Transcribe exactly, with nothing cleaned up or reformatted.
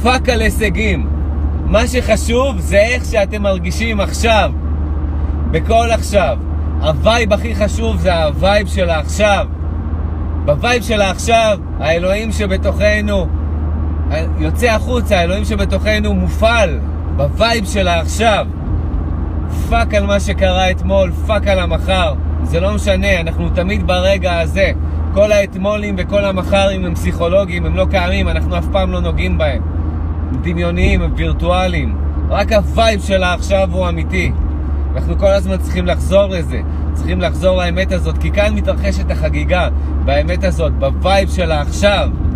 פאק על הישגים. מה שחשוב זה איך שאתם מרגישים עכשיו, בכל עכשיו. הווייב הכי חשוב זה הווייב של העכשיו. בווייב של העכשיו, האלוהים שבתוכנו יוצא החוצה, האלוהים שבתוכנו מופעל בווייב של העכשיו. פאק על מה שקרה אתמול, פאק על המחר. זה לא משנה, אנחנו תמיד ברגע הזה. כל האתמולים וכל המחרים הם פסיכולוגיים, הם לא קיימים, אנחנו אף פעם לא נוגעים בהם. הם דמיוניים, הם וירטואליים. רק הווייב של העכשיו הוא אמיתי. אנחנו כל הזמן צריכים לחזור לזה, צריכים לחזור לאמת הזאת, כי כאן מתרחשת החגיגה, באמת הזאת, בווייב של העכשיו.